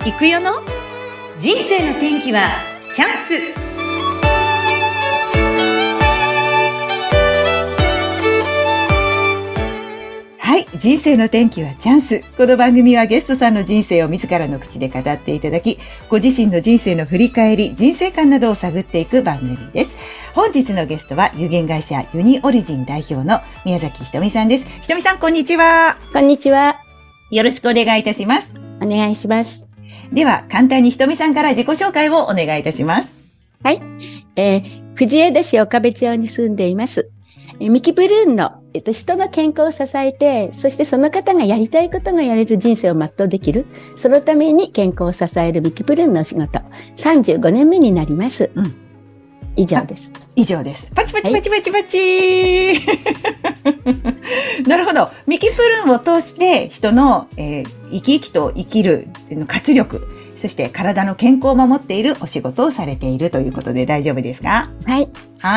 行くよの人生の転機はチャンス。はい、人生の転機はチャンス。この番組はゲストさんの人生を自らの口で語っていただき、ご自身の人生の振り返り、人生観などを探っていく番組です。本日のゲストは有限会社ユニオリジン代表の宮崎ひとみさんです。ひとみさん、こんにちは。 こんにちは。 よろしくお願いいたします。 お願いします。 では、簡単にひとみさんから自己紹介をお願いいたします。 はい。藤枝市岡部町に住んでいます。ミキブルーンの、人の健康を支えて、そしてその方がやりたいことがやれる人生を全うできる。そのために健康を支えるミキブルーンのお仕事。35年目になります。以上です。 以上です。パチパチパチパチパチ、なるほど。ミキプルーンを通して人の、生き生きと生きる活力、そして体の健康を守っているお仕事をされているということで大丈夫ですか？ はい。 はい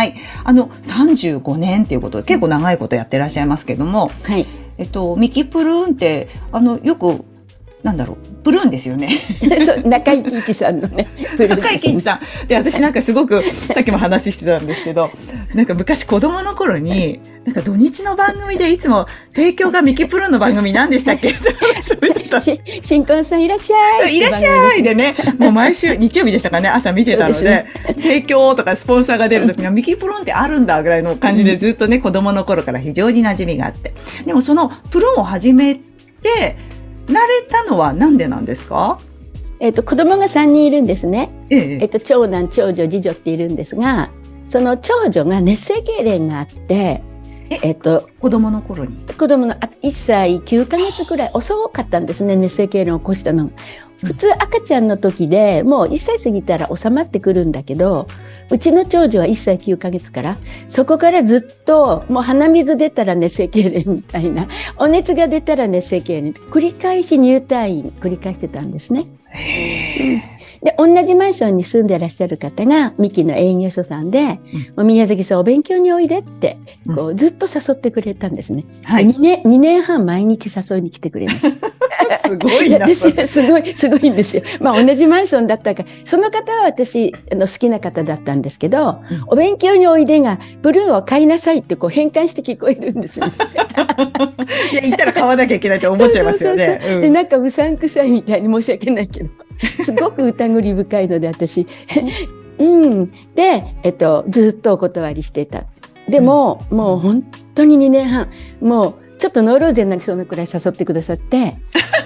。35年ということで結構長いことやってらっしゃいますけども、 はい。 ミキプルーンって、よく、プルーンですよね。 そう、中井貴一さんのね。 中井貴一さん。で、私すごく、さっきも話してたんですけど、昔子供の頃に、土日の番組でいつも、提供がミキプルーンの番組何でしたっけって話をしてた。 新婚さんいらっしゃい。 いらっしゃいでね、もう毎週日曜日でしたかね、朝見てたので、提供とかスポンサーが出るときにはミキプルーンってあるんだぐらいの感じでずっとね、子供の頃から非常に馴染みがあって。でもそのプルーンを始めて、慣れたのはなんでなんですか？ 子供が3人いるんですね。長男、長女、次女っているんですが、その長女が熱性痙攣があって、 子供の頃に子供の1歳9ヶ月くらい遅かったんですね、熱性痙攣を起こしたの。普通赤ちゃんの時でもう1歳過ぎたら収まってくるんだけど、うちの長女は1歳9ヶ月から、そこからずっともう鼻水出たら熱性痙攣みたいな、お熱が出たら熱性痙攣、繰り返し入退院繰り返してたんですね。で、同じマンションに住んでらっしゃる方がミキの営業所さんで、宮崎さんお勉強においでってこうずっと誘ってくれたんですね。はい、2年半毎日誘いに来てくれました。 すごいな。 すごいんですよ。同じマンションだったから、その方は私好きな方だったんですけど、お勉強においでがブルーを買いなさいってこう変換して聞こえるんですよ。 いや、言ったら買わなきゃいけないと思っちゃいますよね。 で、うさんくさいみたいに申し訳ないけど、すごく疑り深いので私、で、ずっとお断りしてた。でも、もう本当に2年半、もうちょっとノイローゼになりそうなくらい誘ってくださって、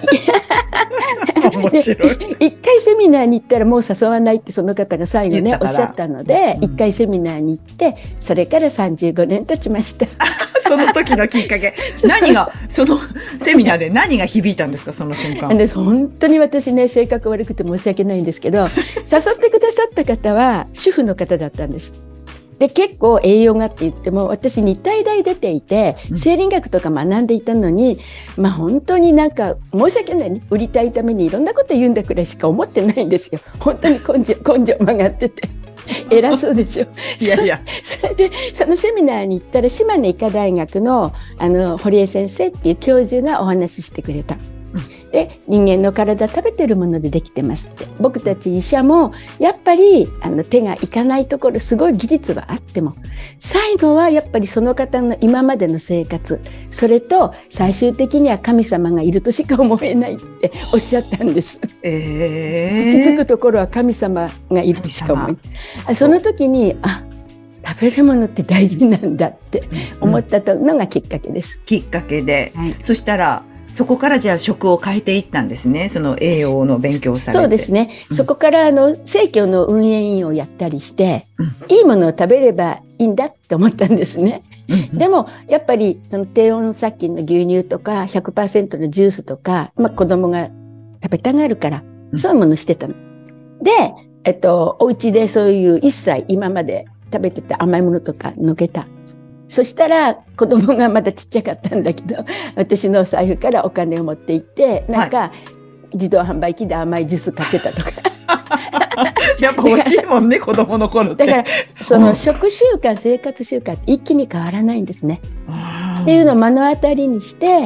面白い。 一回セミナーに行ったらもう誘わないってその方が最後ねおっしゃったので、一回セミナーに行って、それから35年経ちました。 その時のきっかけ、そのセミナーで何が響いたんですか、その瞬間。 本当に私ね、性格悪くて申し訳ないんですけど、誘ってくださった方は主婦の方だったんです。で、結構栄養がって言っても、私日体大出ていて、生理学とか学んでいたのに、本当に申し訳ないね、売りたいためにいろんなこと言うんだくらいしか思ってないんですよ。本当に根性曲がってて。偉そうでしょ。 いやいや。 それで、そのセミナーに行ったら、島根医科大学の、堀江先生っていう教授がお話ししてくれた。で、人間の体食べてるものでできてますって。僕たち医者もやっぱり手がいかないところ、すごい技術はあっても、最後はやっぱりその方の今までの生活、それと最終的には神様がいるとしか思えないっておっしゃったんです。気づくところは神様がいるとしか思えない。その時に食べるものって大事なんだって思ったのがきっかけです。 きっかけで、そしたらそこからじゃあ食を変えていったんですね。その栄養の勉強をされて。 そうですね。そこから生協の運営委員をやったりして、いいものを食べればいいんだって思ったんですね。でもやっぱりその低温殺菌の牛乳とか 100% のジュースとか、子供が食べたがるから、そういうものしてたの。で、お家でそういう一切今まで食べてた甘いものとか抜けた。そしたら子供がまだちっちゃかったんだけど、私のお財布からお金を持って行って、自動販売機で甘いジュース買ってたとか。 やっぱ欲しいもんね、子供の頃って。 だから、その食習慣、生活習慣って一気に変わらないんですね。っていうのを目の当たりにして、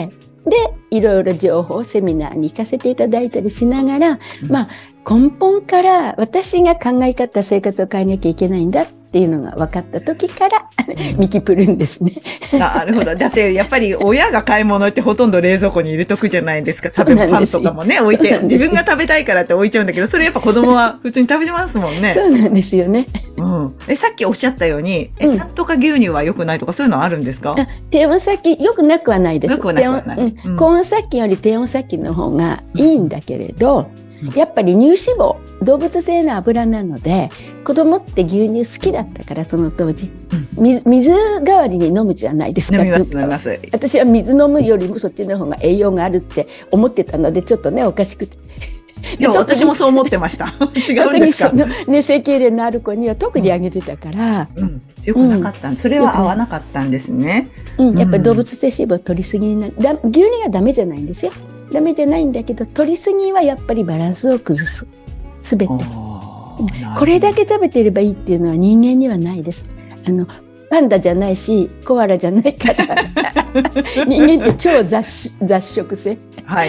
いろいろ情報セミナーに行かせていただいたりしながら、根本から私が考え方生活を変えなきゃいけないんだっていうのが分かった時からミキプルンですね。 なるほど。だってやっぱり親が買い物ってほとんど冷蔵庫に入れとくじゃないですか。例えばパンとかもね置いて、自分が食べたいからって置いちゃうんだけど、それやっぱ子供は普通に食べてますもんね。 そうなんですよね。 さっきおっしゃったように、なんとか牛乳は良くないとかそういうのはあるんですか？ 低温殺菌良くなくはないです。 良くなくはない。 高温殺菌より低温殺菌の方がいいんだけれど、やっぱり乳脂肪、動物性の油なので、子供って牛乳好きだったから、その当時。水代わりに飲むじゃないですか。 飲みます。 私は水飲むよりもそっちの方が栄養があるって思ってたので、ちょっとね、おかしくて。 いや、私もそう思ってました。違うんですか？ 特に整形例のある子には特にあげてたから。 よくなかった。それは合わなかったんですね。 やっぱり動物性脂肪を取りすぎになる。牛乳がダメじゃないんですよ。ダメじゃないんだけど、取りすぎはやっぱりバランスを崩す。すべて。これだけ食べていればいいっていうのは人間にはないです。パンダじゃないし、コアラじゃないから。人間って超雑食性。 はい。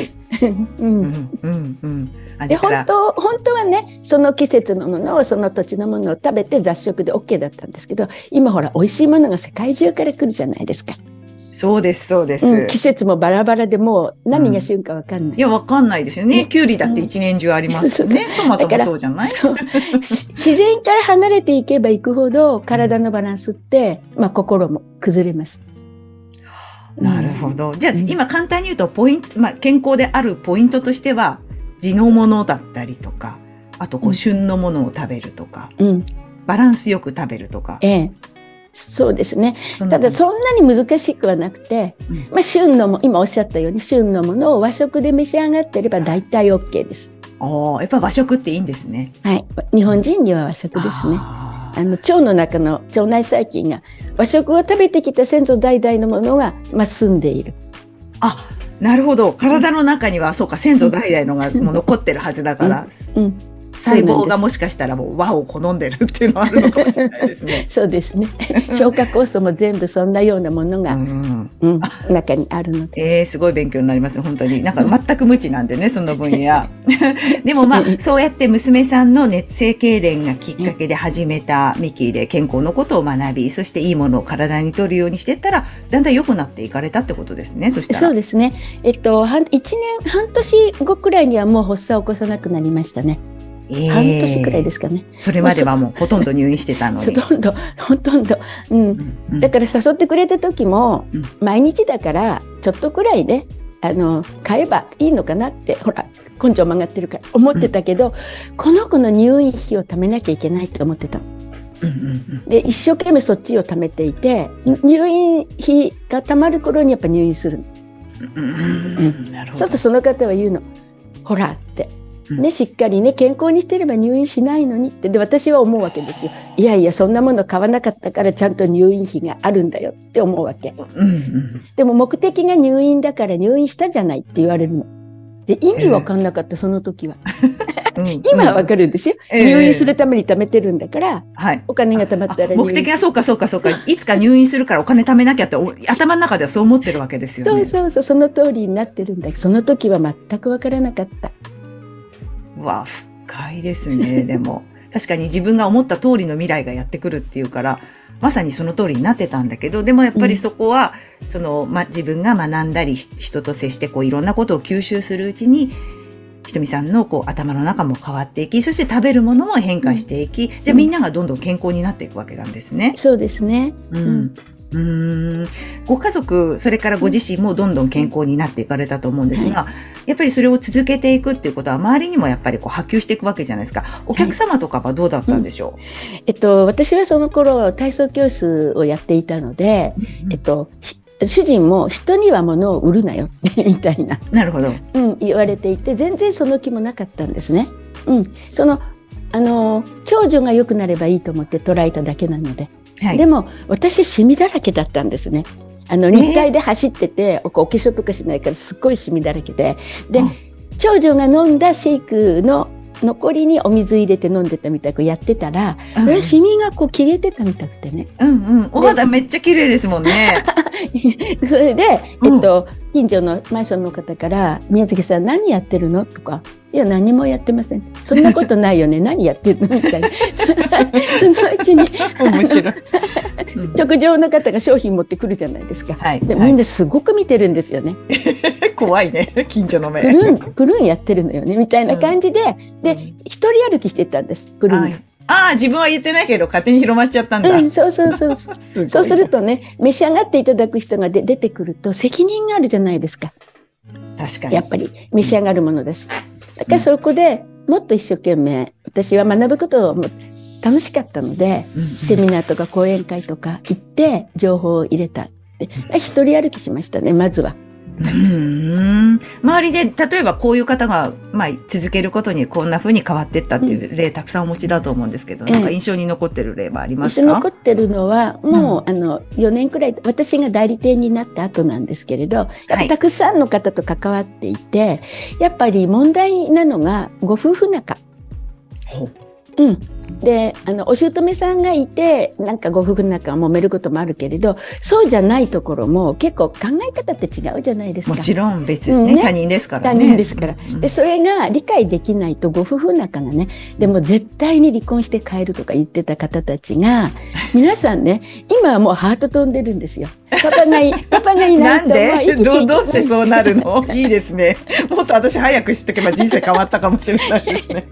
で本当はね、その季節のものを、その土地のものを食べて雑食で OK だったんですけど、今ほら美味しいものが世界中から来るじゃないですか。 そうです、季節もバラバラでもう何が旬かわかんない。 いや、わかんないですよね。キュウリだって一年中ありますね。トマトもそうじゃない？ 自然から離れていけばいくほど体のバランスって、心も崩れます。 なるほど。じゃあ、今簡単に言うと健康であるポイントとしては、地のものだったりとか、あと旬のものを食べるとか、バランスよく食べるとか。 そうですね。ただそんなに難しくはなくて、旬のも、今おっしゃったように旬のものを和食で召し上がっていれば大体 OK です。 やっぱ和食っていいんですね。 はい。日本人には和食ですね。腸の中の腸内細菌が和食を食べてきた先祖代々のものが、住んでいる。 なるほど。体の中には、そうか、先祖代々のが残ってるはずだから。細胞がもしかしたらもう和を好んでるっていうのはあるのかもしれないですね。 そうですね。消化酵素も全部そんなようなものが、中にあるので。 すごい勉強になります本当に。なんか全く無知なんでね、その分野。でもそうやって娘さんの熱性痙攣がきっかけで始めたミキで健康のことを学び、そしていいものを体に取るようにしてったら、だんだん良くなっていかれたってことですね。そしたら。 そうですね。半年後くらいにはもう発作を起こさなくなりましたね。半年くらいですかね。 それまではもうほとんど入院してたのに。 ほとんど。だから誘ってくれた時も、毎日だから、ちょっとくらいね、買えばいいのかなって、ほら、根性曲がってるから思ってたけど、この子の入院費を貯めなきゃいけないと思ってたの。で、一生懸命そっちを貯めていて、入院費が貯まる頃にやっぱ入院する。そうするとその方は言うの。ほらって。しっかりね、健康にしてれば入院しないのにって。で、私は思うわけですよ。いやいや、そんなもの買わなかったからちゃんと入院費があるんだよって思うわけ。でも目的が入院だから入院したじゃないって言われるの。で、意味わかんなかった、その時は。今はわかるんですよ。入院するために貯めてるんだから、お金が貯まったら目的がそうか。いつか入院するからお金貯めなきゃって、頭の中ではそう思ってるわけですよね。 そう、その通りになってるんだけど、その時は全くわからなかった。 深いですね。でも確かに自分が思った通りの未来がやってくるっていうから、まさにその通りになってたんだけど、でもやっぱりそこは、自分が学んだり人と接していろんなことを吸収するうちに、ひとみさんの頭の中も変わっていき、そして食べるものも変化していき、じゃあみんながどんどん健康になっていくわけなんですね。 そうですね。 ご家族、それからご自身もどんどん健康になっていかれたと思うんですが、やっぱりそれを続けていくっていうことは周りにもやっぱり波及していくわけじゃないですか。お客様とかはどうだったんでしょう？ 私はその頃体操教室をやっていたので、主人も人には物を売るなよみたいな。 なるほど。 言われていて、全然その気もなかったんですね。長女が良くなればいいと思って捉えただけなので。でも私シミだらけだったんですね。日体で走ってて、お化粧とかしないからすっごいシミだらけで、長女が飲んだシェイクの残りにお水入れて飲んでたみたくやってたら、シミがこう消えてたみたくてね。 お肌めっちゃ綺麗ですもんね。 それで、近所のマンションの方から「宮崎さん何やってるの?」とか「いや何もやってません」「そんなことないよね何やってるの?」みたいなそのうちに面白い食事の方が商品持ってくるじゃないですか、でみんなすごく見てるんですよね。 怖いね近所の目。 プルンやってるのよねみたいな感じで、一人歩きしてたんですプルン。 自分は言ってないけど勝手に広まっちゃったんだ。 そうそうするとね、召し上がっていただく人が出てくると責任があるじゃないですか。 確かに。 やっぱり召し上がるものです。だからそこでもっと一生懸命、私は学ぶことも楽しかったので、セミナーとか講演会とか行って情報を入れた。で、一人歩きしましたね、まずは。 周りで例えばこういう方が、続けることにこんな風に変わっていったっていう例たくさんお持ちだと思うんですけど、なんか印象に残ってる例はありますか？ 印象に残ってるのはもう、4年くらい私が代理店になった後なんですけれど、やっぱたくさんの方と関わっていて、やっぱり問題なのがご夫婦仲。でお姑さんがいてなんかご夫婦仲が揉めることもあるけれど、そうじゃないところも結構考え方って違うじゃないですか。 もちろん別にね、他人ですからね。 他人ですから、でそれが理解できないとご夫婦仲がね、でも絶対に離婚して帰るとか言ってた方たちが皆さんね、今はもうハート飛んでるんですよ。パパがいないとなんでどうしてそうなるの？いいですね。もっと私早く知っとけば人生変わったかもしれないですね。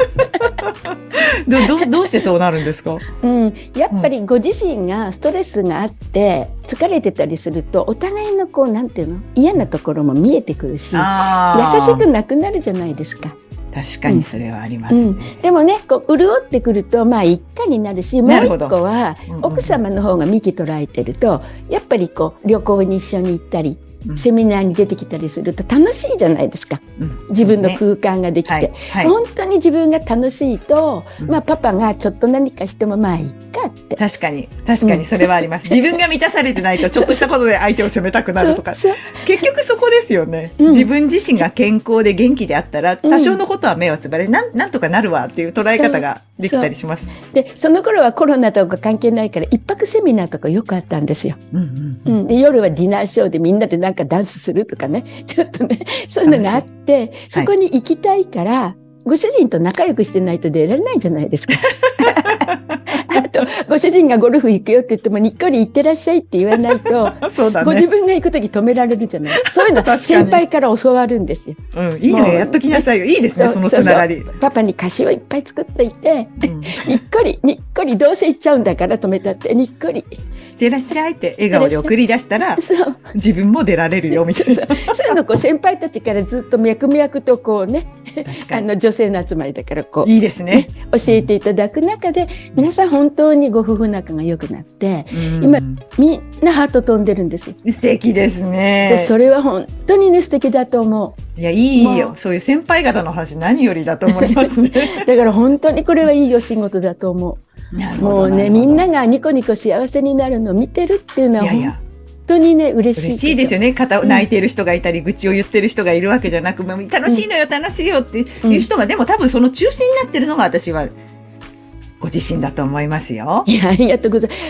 どうしてそうなるんですか？ やっぱりご自身がストレスがあって疲れてたりすると、お互いのこうなんていうの、嫌なところも見えてくるし、優しくなくなるじゃないですか。 確かにそれはありますね。 でもね、こう潤ってくると一家になるし、もう一個は奥様の方が幹捉えてると、やっぱりこう旅行に一緒に行ったり、セミナーに出てきたりすると楽しいじゃないですか、自分の空間ができて、本当に自分が楽しいと、パパがちょっと何かしてもいいかって。 確かにそれはあります。自分が満たされてないとちょっとしたことで相手を責めたくなるとか結局そこですよね、自分自身が健康で元気であったら多少のことは目をつばれ、なんとかなるわっていう捉え方ができたりします。 でその頃はコロナとか関係ないから一泊セミナーとかよくあったんですよ。で夜はディナーショーでみんなでなんかダンスするとかね、ちょっとねそういうのがあって、そこに行きたいから、ご主人と仲良くしてないと出られないじゃないですか。あとご主人がゴルフ行くよって言ってもにっこり行ってらっしゃいって言わないとそうだ、ね、ご自分が行くとき止められるじゃないですか。そういうの先輩から教わるんですよ。 いいね、やっときなさいよ。いいですね、そのつながり。 パパに菓子をいっぱい作っていて、にっこりどうせ行っちゃうんだから止めたってにっこり出らっしゃいって笑顔で送り出したら自分も出られるよみたいな。 そういうのこう先輩たちからずっと脈々とこうね女性の集まりだからこういいですね、 教えていただく中で皆さん本当にご夫婦仲が良くなって、今みんなハート飛んでるんですよ。 素敵ですね。 でそれは本当にね素敵だと思う。 いやいいよ、そういう先輩方の話何よりだと思いますね。 だから本当にこれはいいお仕事だと思う。もうねみんながニコニコ幸せになるのを見てるっていうのは本当にね嬉しい。 嬉しいですよね。泣いてる人がいたり、愚痴を言ってる人がいるわけじゃなく、楽しいのよ楽しいよっていう人が、でも多分その中心になってるのが私はご自身だと思いますよ。 いや、ありがとうございます。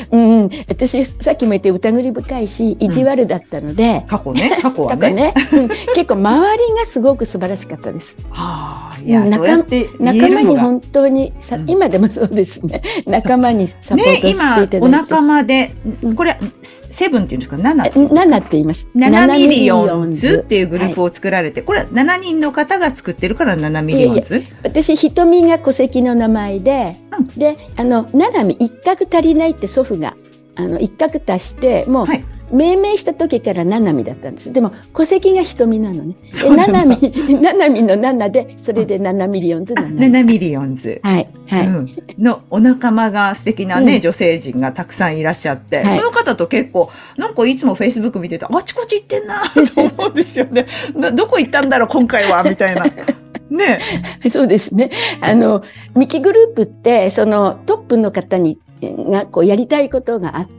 私さっきも言って疑り深いし意地悪だったので、 過去はね結構周りがすごく素晴らしかったです。 いやそうやって仲間に本当に今でもそうですね、仲間にサポートしていただいて、 今お仲間でこれセブンっていうんですか、7 って言います。 7ミリオンズっていうグループを作られて、これは7人の方が作ってるから7ミリオンズ。 私瞳が戸籍の名前で、で七海一画足りないって祖父が一画足してもう、命名した時から七海だったんです。でも戸籍が瞳なのね。七海の7でそれで7ミリオンズ。 7ミリオンズのお仲間が素敵なね、女性陣がたくさんいらっしゃって、その方と結構なんかいつもフェイスブック見ててあちこち行ってんなと思うんですよね。どこ行ったんだろう今回はみたいな。ね、 そうですね。ミキグループってそのトップの方がこうやりたいことがあって、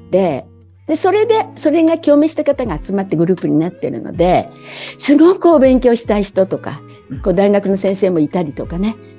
でそれが共鳴した方が集まってグループになってるので、すごくお勉強したい人とか、こう大学の先生もいたりとかね、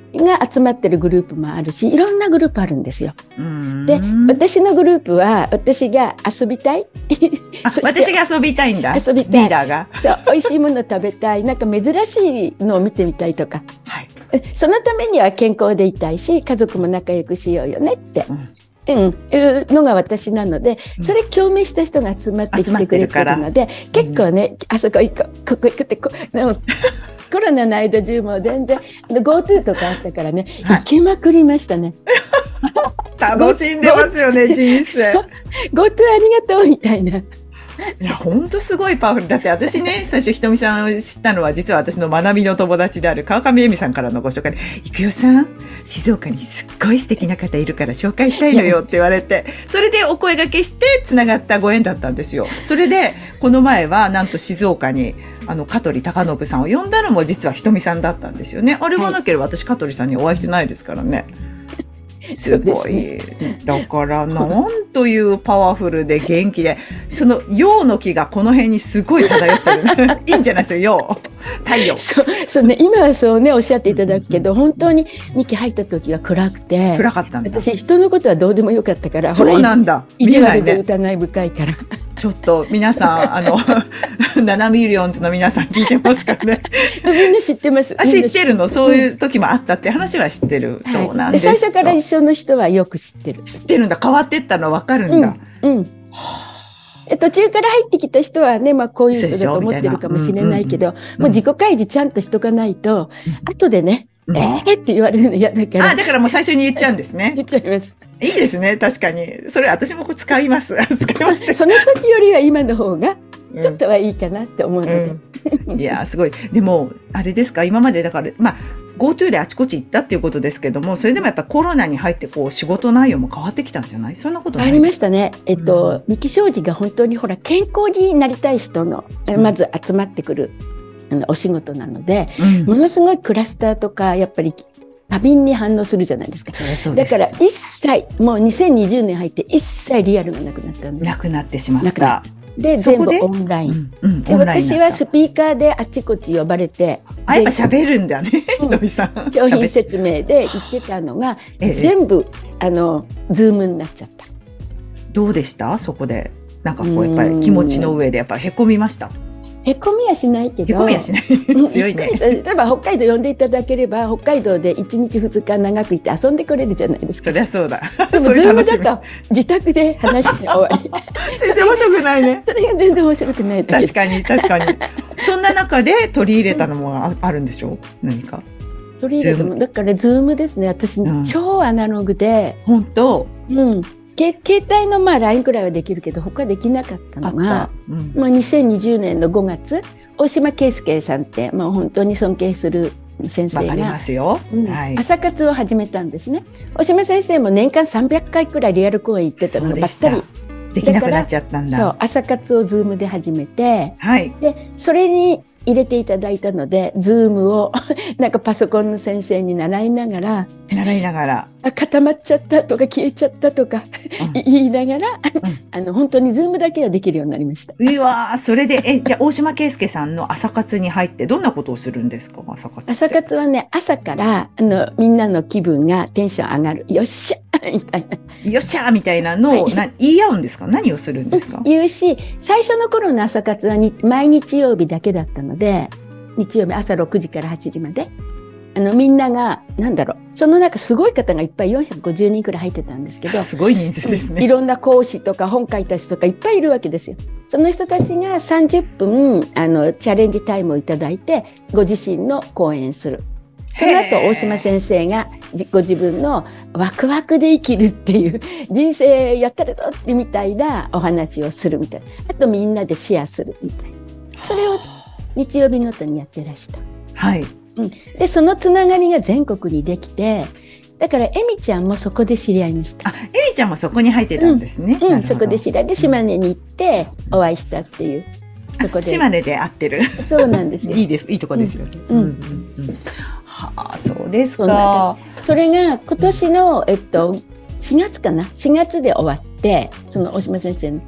が集まってるグループもあるし、いろんなグループあるんですよ。で、 で、 私のグループは私が遊びたい私が遊びたいんだ。 遊びたいリーダーが。 そう、美味しいもの食べたい、なんか珍しいのを見てみたいとか、 はい。 そのためには健康でいたいし、家族も仲良くしようよねって、いうのが私なので、それ共鳴した人が集まってきてくれてるので、結構ね、あそこ行こう、ここ行くってコロナの間中も全然 GoTo とかあったからね、行きまくりましたね。 楽しんでますよね、人生。 GoTo ありがとうみたいな。 いや、ほんとすごいパワフル。だって私ね、最初ひとみさんを知ったのは、実は私の学びの友達である川上恵美さんからのご紹介で、いくよさん、静岡にすっごい素敵な方いるから紹介したいのよって言われて、それでお声掛けして繋がったご縁だったんですよ。それで、この前はなんと静岡に、香取隆信さんを呼んだのも実はひとみさんだったんですよね。あれもなければ私香取さんにお会いしてないですからね。すごい。だから、なんというパワフルで元気で、その陽の気がこの辺にすごい漂ってる。いいんじゃないですか、陽。太陽。 そうね、今はそうね、おっしゃっていただくけど、本当に2期入った時は暗くて。 暗かったんだ。 私、人のことはどうでもよかったから、 そうなんだ。 意地悪で疑い深いから。 ちょっと皆さん、7ミリオンズの皆さん聞いてますからね。 みんな知ってます。 知ってるの？そういう時もあったって話は知ってる。そうなんです。 最初から一緒の人はよく知ってる。 知ってるんだ。変わってったの分かるんだ。 途中から入ってきた人はね、まあこういう人だと思ってるかもしれないけど、もう自己開示ちゃんとしとかないと、後でね、って言われるの嫌だから。 だからもう最初に言っちゃうんですね。 言っちゃいます。 いいですね、確かに。それ私も使います。使います。 その時よりは今の方が、ちょっとはいいかなって思うので。 いや、すごい。でも、あれですか、今までだから、GoTo であちこち行ったっていうことですけども、それでもやっぱコロナに入って仕事内容も変わってきたんじゃない？そんなことない？ ありましたね。三木商事が本当にほら、健康になりたい人の、まず集まってくるお仕事なので、ものすごいクラスターとか、やっぱり、過敏に反応するじゃないですか。だから一切、もう2020年入って一切リアルがなくなったんです。 なくなってしまった。 で、全部オンライン。で、私はスピーカーであちこち呼ばれて。 やっぱ喋るんだね、ひとみさん。 商品説明で言ってたのが、全部、ズームになっちゃった。 どうでしたそこで。なんかやっぱり気持ちの上でやっぱへこみました。 へこみはしないけど。 へこみはしない。強いね。 例えば北海道呼んでいただければ、北海道で1日2日長くいて遊んでくれるじゃないですか。 そりゃそうだ。 でもズームだと自宅で話して終わり。 全然面白くないね。 それが全然面白くないだけ。 確かに、確かに。そんな中で取り入れたのもあるんでしょう？何か。 取り入れたのだからズームですね。私、超アナログで。 本当？ 携帯のLINE くらいはできるけど他できなかったのが、2020年の5月大島圭介さんってもう本当に尊敬する先生が朝活を始めたんですね。大島先生も年間300回くらいリアル講演行ってたのがばったりできなくなっちゃったんだ。 そう、朝活をズームで始めて、でそれに入れていただいたので、ズームをなんかパソコンの先生に習いながら固まっちゃったとか消えちゃったとか、言いながら、本当にズームだけはできるようになりました。 うわー、それでじゃあ大島圭介さんの朝活に入ってどんなことをするんですか？朝活って。 朝活はね、朝からみんなの気分がテンション上がる、よっしゃみたいな、 よっしゃみたいなのを言い合うんですか？何をするんですか？ 言うし、最初の頃の朝活は毎日曜日だけだったので、日曜日朝6時から8時までみんながその中すごい方がいっぱい450人くらい入ってたんですけど、 すごい人数ですね。 いろんな講師とか本書いた人とかいっぱいいるわけですよ。その人たちが30分チャレンジタイムをいただいてご自身の講演する。その後大島先生がご自分のワクワクで生きるっていう人生やったるぞってみたいなお話をするみたいな。あとみんなでシェアするみたいな。それを日曜日ごとにやってらした。 はい。 で、そのつながりが全国にできて、だからエミちゃんもそこで知り合いました。 エミちゃんもそこに入ってたんですね。 そこで知り合いで島根に行ってお会いしたっていう。そこで。 島根で会ってる。 そうなんですよ。 いいとこですよね。はあ、そうですか。 それが今年の4月かな、4月で終わって、その大島先生の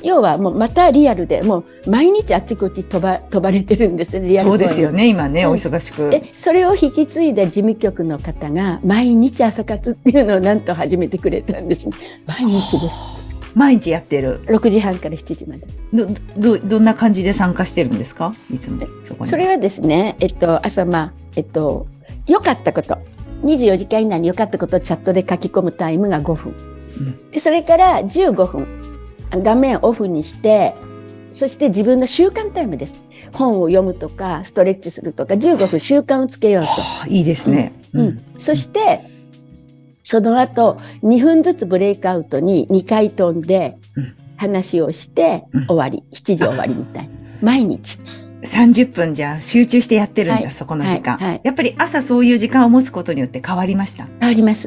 要はもうまたリアルで、もう毎日あっちこっち飛ばれてるんですよ、リアル。 そうですよね、今ね、お忙しく。 で、それを引き継いだ事務局の方が、毎日朝活っていうのをなんと始めてくれたんです。毎日です。 毎日やってる。 6時半から7時まで。 どんな感じで参加してるんですか？いつもそこに。 それはですね、朝良かったこと。24時間以内に良かったことをチャットで書き込むタイムが5分。で、それから15分。画面オフにして、そして自分の習慣タイムです。本を読むとか、ストレッチするとか、15分習慣をつけようと。 いいですね。 そして、その後、2分ずつブレイクアウトに2回飛んで、話をして終わり。7時終わりみたいな。毎日。 30分じゃ集中してやってるんだ、そこの時間。やっぱり朝そういう時間を持つことによって変わりました？ 変わります。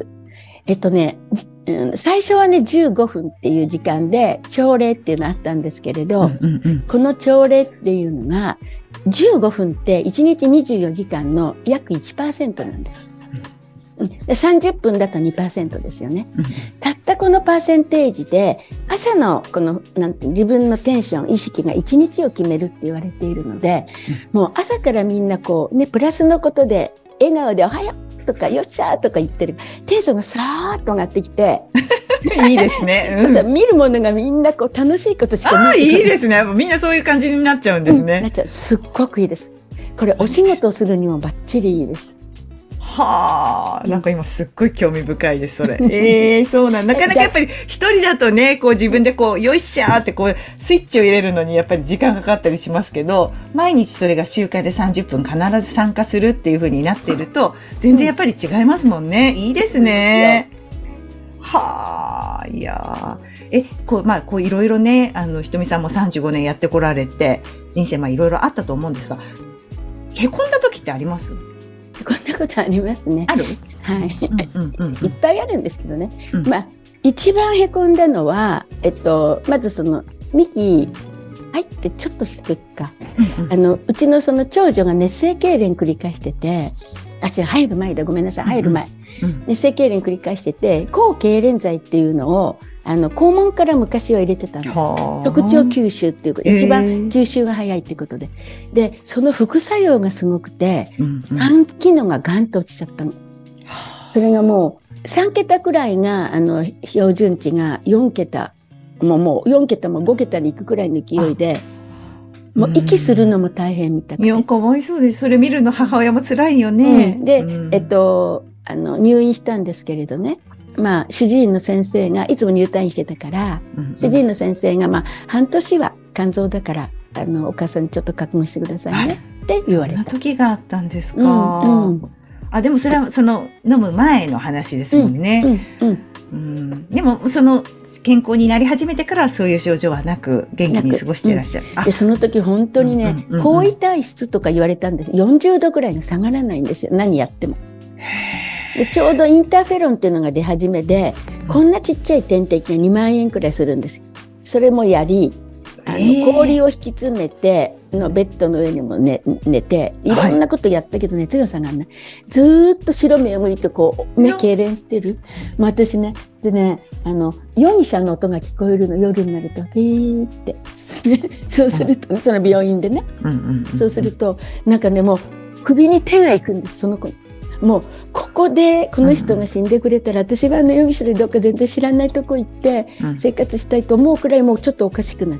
最初はね、15分っていう時間で朝礼っていうのあったんですけれど、この朝礼っていうのが、15分って1日24時間の約 1% なんです。30分だと 2% ですよね。たったこのパーセンテージで、朝のこの、自分のテンション、意識が1日を決めるって言われているので、もう朝からみんなこうね、プラスのことで、笑顔でおはようとかよっしゃーとか言ってる。テンションがさーっと上がってきて。 いいですね。 ちょっと見るものがみんなこう楽しいことしか見ない。いいですね。みんなそういう感じになっちゃうんですね。 なっちゃう。すっごくいいです。これお仕事をするにもバッチリいいです。 はあ、なんか今すっごい興味深いです、それ。そうなん。なかなかやっぱり一人だとね、こう自分でこう、よっしゃーってこう、スイッチを入れるのにやっぱり時間かかったりしますけど、毎日それが習慣で30分必ず参加するっていう風になっていると、全然やっぱり違いますもんね。いいですね。はあ、いやー。こういろいろね、ひとみさんも35年やってこられて、人生いろいろあったと思うんですが、へこんだ時ってあります？ こんなことありますね。 ある？ はい。いっぱいあるんですけどね。一番へこんだのは、まずその、ミキ入ってちょっとした時か。うちのその長女が熱性痙攣繰り返してて、入る前だ、ごめんなさい、入る前。熱性痙攣繰り返してて、抗痙攣剤っていうのを、肛門から昔は入れてたんです。特徴吸収っていうこと、一番吸収が早いっていうことで。で、その副作用がすごくて、肝機能がガンと落ちちゃったの。それがもう、3桁くらいが、標準値が4桁、もう4桁も5桁に行くくらいの勢いで、もう息するのも大変みたいな。 いや、かわいそうです。それ見るの母親も辛いよね。 で、入院したんですけれどね。主治医の先生が、いつも入退院してたから、主治医の先生が、半年は肝臓だから、お母さんにちょっと覚悟してくださいねって言われた。 そんな時があったんですか。でもそれは、飲む前の話ですもんね。でも、健康になり始めてからそういう症状はなく、元気に過ごしていらっしゃる。 で、その時本当にね、高位体質とか言われたんです。40度くらいが下がらないんですよ。何やっても。でちょうどインターフェロンっていうのが出始めで、こんなちっちゃい点滴が2万円くらいするんですよ。それもやり、氷を引き詰めて、ベッドの上にも寝て、いろんなことやったけど熱が下がらない。ずーっと白目を向いてこう、痙攣してる。私ね、容疑者の音が聞こえるの、夜になると、ピーって。そうすると、その病院でね。そうすると、なんかね、もう首に手が行くんです、その子に。もうここでこの人が死んでくれたら、私は容疑者でどっか全然知らないとこ行って生活したいと思うくらいもうちょっとおかしくなった。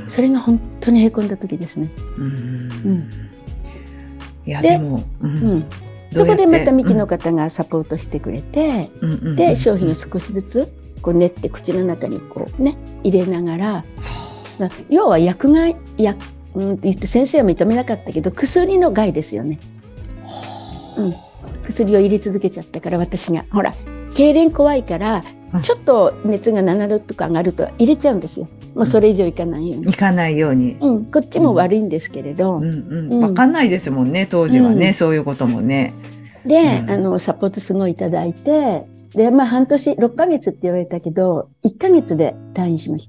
それが本当にへこんだ時ですね。 いやでも、 そこでまたミキの方がサポートしてくれて、で商品を少しずつこう練って口の中にこうね入れながら、要は薬害言って先生は認めなかったけど薬の害ですよね。薬を入れ続けちゃったから私がほら痙攣怖いから、ちょっと熱が7度とか上がると入れちゃうんですよ。もうそれ以上いかないように。 いかないように。 こっちも悪いんですけれど。 わかんないですもんね、当時はね、そういうこともね。 で、サポートすごいいただいて、で、半年、6ヶ月って言われたけど、1ヶ月で退院しました。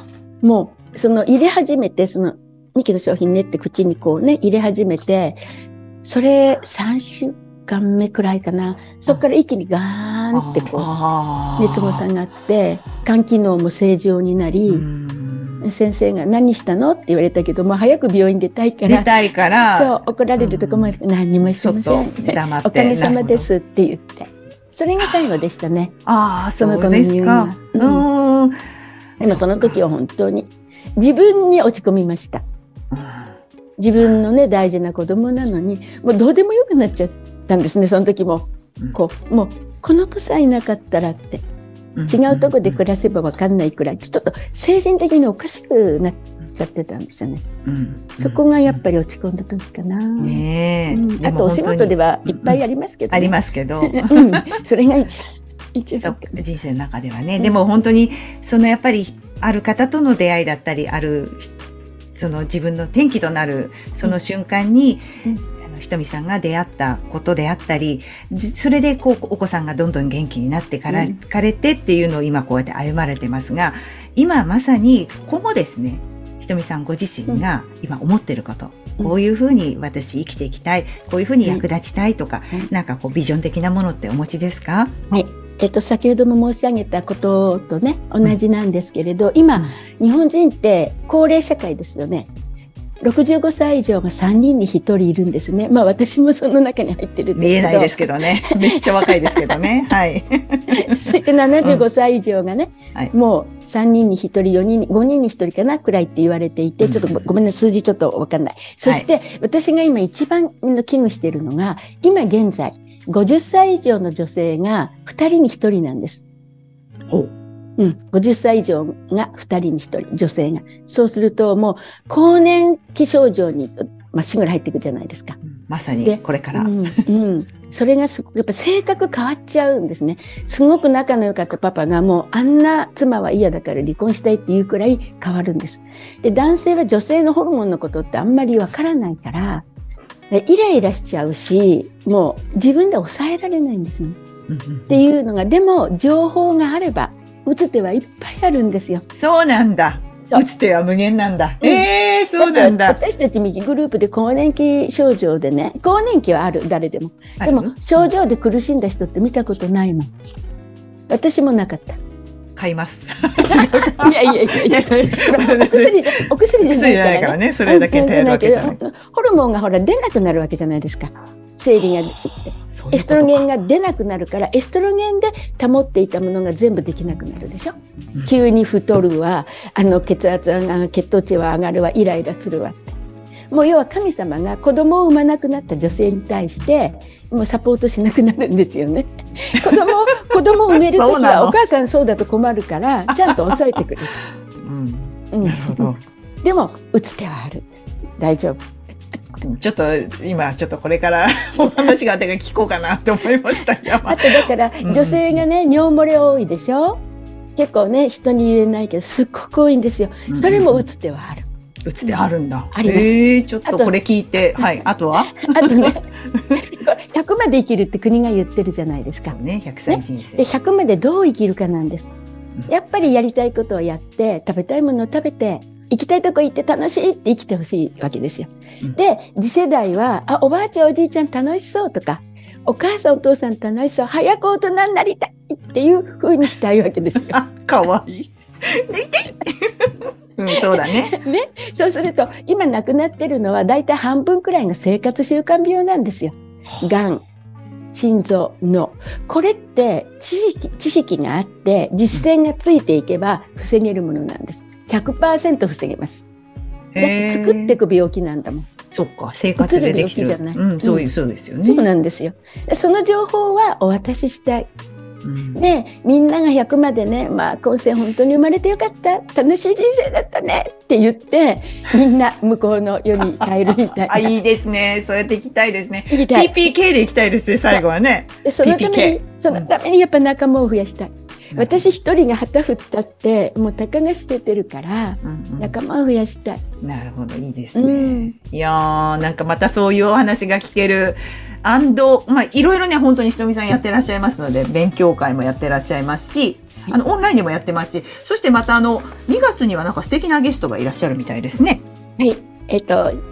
もう、入れ始めて、ミキの商品練って口にこうね、入れ始めて、それ3週間目くらいかな。そこから一気にガーンってこう、熱も下がって、 肝機能も正常になり、先生が何したのって言われたけども、早く病院出たいから、そう怒られるとこも何にもしてません、おかげさまですって言って、それが最後でしたね。その子の入院は。でもその時は本当に自分に落ち込みました。自分のね大事な子供なのにもうどうでもよくなっちゃったんですね。その時ももうこの子さえいなかったらって違うとこで暮らせば分かんないくらいちょっと精神的におかしくなっちゃってたんですよね。そこがやっぱり落ち込んだ時かな。あとお仕事ではいっぱいありますけど、ね、 ありますけど、 それが一番人生の中ではね、でも本当にそのやっぱりある方との出会いだったり、その自分の転機となるその瞬間に、ひとみさんが出会ったことであったり、それでお子さんがどんどん元気になってかれてっていうのを今こうやって歩まれてますが、今まさに今後ですね、ひとみさんご自身が今思ってること、こういうふうに私生きていきたい、こういうふうに役立ちたいとか、なんかビジョン的なものってお持ちですか？ はい。先ほども申し上げたこととね同じなんですけれど、今、日本人って高齢社会ですよね。65歳以上が3人に1人いるんですね。私もその中に入ってるんですけど。 見えないですけどね。めっちゃ若いですけどね。はい。 そして75歳以上がね、もう3人に1人、4人に、5人に1人かなくらいって言われていて、ちょっとごめんなさい、数字ちょっとわかんない。そして、私が今一番危惧しているのが、今現在、50歳以上の女性が2人に1人なんです。50歳以上が2人に1人、女性が。そうするともう更年期症状にまっしぐら入っていくじゃないですか。 まさにこれから。 それがすごくやっぱ性格変わっちゃうんですね。すごく仲の良かったパパがもうあんな妻は嫌だから離婚したいっていうくらい変わるんです。で、男性は女性のホルモンのことってあんまりわからないから、イライラしちゃうし、もう自分で抑えられないんですよ。っていうのが、でも情報があれば、打つ手はいっぱいあるんですよ。 そうなんだ。打つ手は無限なんだ。そうなんだ。 私たち右グループで更年期症状でね、更年期はある、誰でも。でも症状で苦しんだ人って見たことないもん。私もなかった。 買います。 いや。お薬じゃないからね。 それだけ頼るわけじゃない。 ホルモンがほら出なくなるわけじゃないですか。生理ができて。エストロゲンが出なくなるから、エストロゲンで保っていたものが全部できなくなるでしょ。急に太るわ、血圧が、血糖値は上がるわ、イライラするわって。もう要は神様が子供を産まなくなった女性に対して、もうサポートしなくなるんですよね。子供を産めるときはお母さんそうだと困るから、ちゃんと抑えてくれる。 なるほど。 でも、打つ手はあるんです。大丈夫。 ちょっと今ちょっとこれからお話があってから聞こうかなって思いました。 あとだから女性がね、尿漏れ多いでしょ。結構ね人に言えないけどすっごく多いんですよ。それも打つ手はある。 打つ手あるんだ。 あります。 ちょっとこれ聞いて、はい。あとは？ あとね、100まで生きるって国が言ってるじゃないですか。 そうね、100歳人生。 で100までどう生きるかなんです。やっぱりやりたいことをやって食べたいものを食べて。行きたいとこ行って楽しいって生きてほしいわけですよ。で、次世代は、おばあちゃんおじいちゃん楽しそうとか、お母さんお父さん楽しそう、早く大人になりたいっていう風にしたいわけですよ。 かわいい。なりたいそうだね。 ね。そうすると、今亡くなってるのは大体半分くらいが生活習慣病なんですよ。がん、心臓、脳。これって知識があって実践がついていけば防げるものなんです。100% 防げます。だって作っていく病気なんだもん。 そっか、生活でできてる。そうですよね。 そうなんですよ。その情報はお渡ししたい。で、みんなが100までね、今世本当に生まれてよかった、楽しい人生だったねって言って、みんな向こうの世に帰るみたいな。 いいですね。そうやって行きたいですね。PPK で行きたいですね、最後はね。 そのためにやっぱ仲間を増やしたい。私一人が旗振ったってもうたかが知れてるから仲間を増やしたい。 なるほど、いいですね。いやー、なんかまたそういうお話が聞ける。いろいろね、本当にひとみさんやってらっしゃいますので、勉強会もやってらっしゃいますし、オンラインでもやってますし、そしてまた2月にはなんか素敵なゲストがいらっしゃるみたいですね。 はい。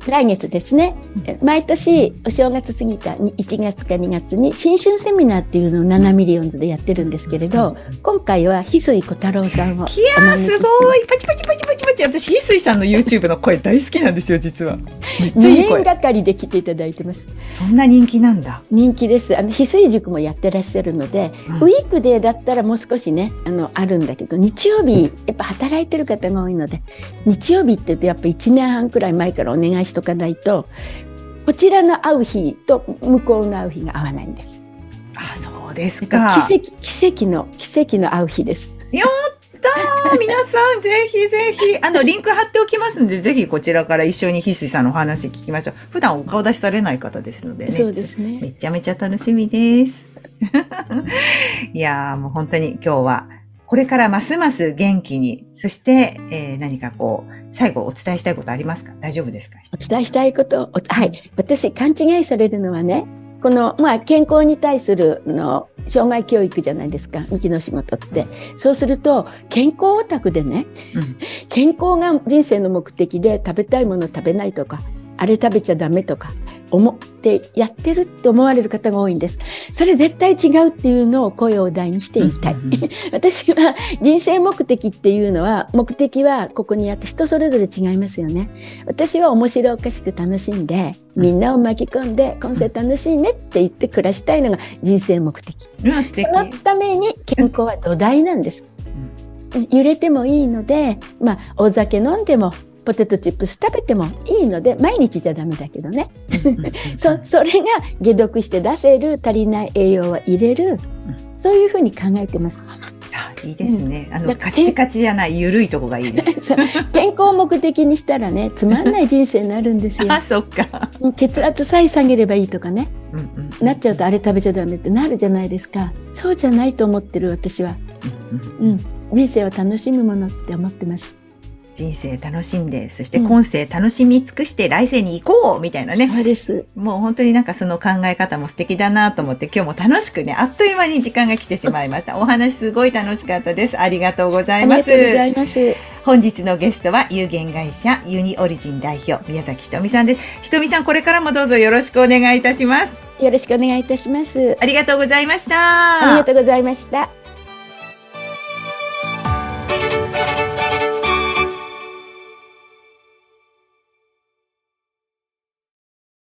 来月ですね。毎年お正月過ぎた1月か2月に新春セミナーっていうのを7ミリオンズでやってるんですけれど、今回は翡翠小太郎さんを。 いやーすごい。パチパチパチパチパチ。私翡翠さんの YouTube の声大好きなんですよ、実は。めっちゃいい声。 2年がかりで来ていただいてます。 そんな人気なんだ。 人気です。翡翠塾もやってらっしゃるので、ウィークデーだったらもう少しね、あるんだけど、日曜日、やっぱ働いてる方が多いので、日曜日って言うとやっぱ1年半くらい前からお願いしとかないと、こちらの会う日と向こうの会う日が合わないんです。 あ、そうですか。 奇跡の会う日です。 やったー皆さん、ぜひぜひ、リンク貼っておきますんで、ぜひこちらから一緒に翡翠さんのお話聞きましょう。普段お顔出しされない方ですのでね。 そうですね。 めちゃめちゃ楽しみです。いやー、もう本当に今日は、これからますます元気に、そして、何かこう、最後お伝えしたいことありますか？大丈夫ですか？ お伝えしたいこと、はい。私、勘違いされるのはね、この、健康に対する障害教育じゃないですか、ミキの仕事って。そうすると、健康オタクでね、健康が人生の目的で食べたいもの食べないとか、あれ食べちゃダメとか思ってやってるって思われる方が多いんです。それ絶対違うっていうのを声を大にして言いたい。私は人生目的っていうのは、目的はここにあって人それぞれ違いますよね。私は面白おかしく楽しんで、みんなを巻き込んで、今世楽しいねって言って暮らしたいのが人生目的。そのために健康は土台なんです。揺れてもいいので、お酒飲んでも、ポテトチップス食べてもいいので、毎日じゃダメだけどね。それが解毒して出せる、足りない栄養は入れる、そういうふうに考えてます。 いいですね。カチカチじゃない、ゆるいとこがいいです。 健康を目的にしたらね、つまんない人生になるんですよ。 あ、そっか。 血圧さえ下げればいいとかね。なっちゃうとあれ食べちゃダメってなるじゃないですか。そうじゃないと思ってる私は。人生を楽しむものって思ってます。 人生楽しんで、そして今世楽しみ尽くして来世に行こうみたいなね。 そうです。 もう本当になんかその考え方も素敵だなと思って、今日も楽しくね、あっという間に時間が来てしまいました。お話すごい楽しかったです。ありがとうございます。 ありがとうございます。 本日のゲストは有限会社ユニオリジン代表、宮崎ひとみさんです。ひとみさん、これからもどうぞよろしくお願いいたします。 よろしくお願いいたします。 ありがとうございました。 ありがとうございました。